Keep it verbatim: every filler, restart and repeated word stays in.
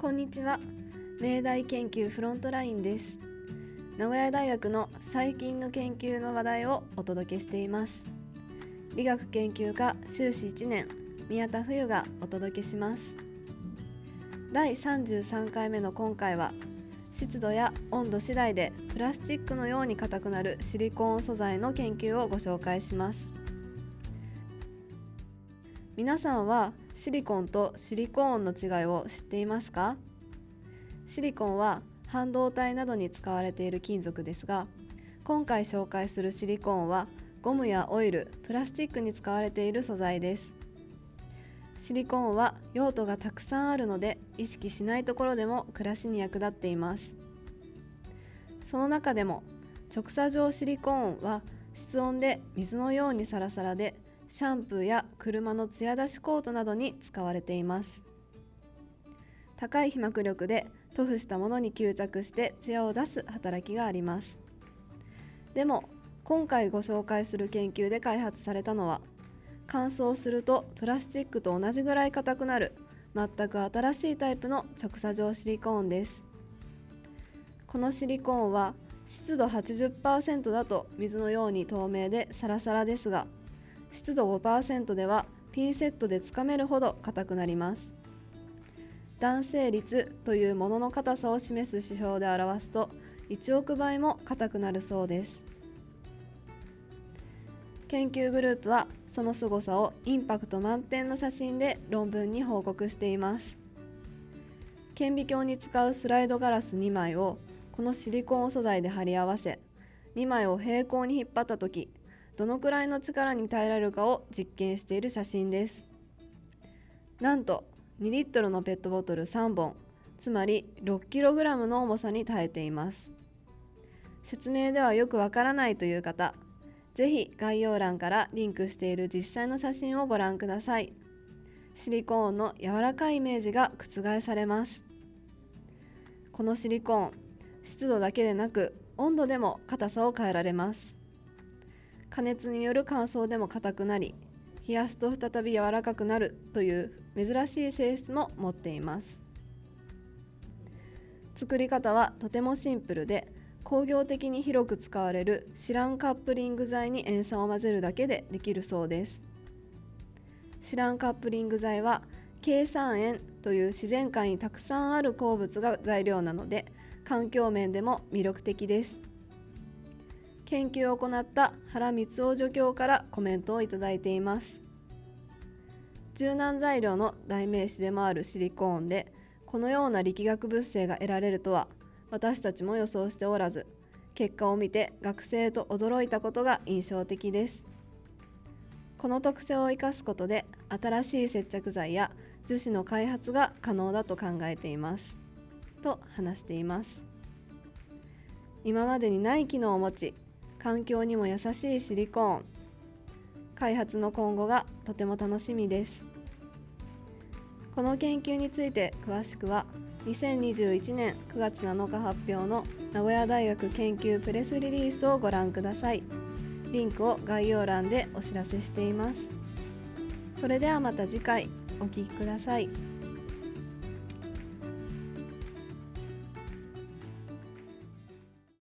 こんにちは。明大研究フロントラインです。名古屋大学の最近の研究の話題をお届けしています。理学研究科修士いちねん宮田冬がお届けします。だいさんじゅうさんかいめの今回は、湿度や温度次第でプラスチックのように硬くなるシリコーン素材の研究をご紹介します。皆さんはシリコンとシリコーンの違いを知っていますか？シリコンは半導体などに使われている金属ですが、今回紹介するシリコーンはゴムやオイル、プラスチックに使われている素材です。シリコーンは用途がたくさんあるので、意識しないところでも暮らしに役立っています。その中でも直射状シリコーンは室温で水のようにサラサラで、シャンプーや車の艶出しコートなどに使われています。高い被膜力で塗布したものに吸着して艶を出す働きがあります。でも今回ご紹介する研究で開発されたのは、乾燥するとプラスチックと同じぐらい硬くなる全く新しいタイプの直射状シリコーンです。このシリコーンは湿度 はちじゅっパーセント だと水のように透明でサラサラですが、湿度 ごパーセント ではピンセットでつかめるほど硬くなります。弾性率というものの硬さを示す指標で表すといちおくばいも硬くなるそうです。研究グループはその凄さをインパクト満点の写真で論文に報告しています。顕微鏡に使うスライドガラスにまいをこのシリコーン素材で貼り合わせ、にまいを平行に引っ張ったとき、どのくらいの力に耐えられるかを実験している写真です。なんとにリットルのペットボトルさんぼん、つまり ろっキログラム の重さに耐えています。説明ではよくわからないという方、ぜひ概要欄からリンクしている実際の写真をご覧ください。シリコーンの柔らかいイメージが覆されます。このシリコーン、湿度だけでなく温度でも硬さを変えられます。加熱による乾燥でも硬くなり、冷やすと再び柔らかくなるという珍しい性質も持っています。作り方はとてもシンプルで、工業的に広く使われるシランカップリング剤に塩酸を混ぜるだけでできるそうです。シランカップリング剤は珪酸塩という自然界にたくさんある鉱物が材料なので、環境面でも魅力的です。研究を行った原光夫助教からコメントをいただいています。柔軟材料の代名詞でもあるシリコーンで、このような力学物性が得られるとは私たちも予想しておらず、結果を見て学生と驚いたことが印象的です。この特性を生かすことで新しい接着剤や樹脂の開発が可能だと考えていますと話しています。今までにない機能を持ち、環境にも優しいシリコーン開発の今後がとても楽しみです。この研究について詳しくはにせんにじゅういちねんくがつなのか発表の名古屋大学研究プレスリリースをご覧ください。リンクを概要欄でお知らせしています。それではまた次回お聞きください。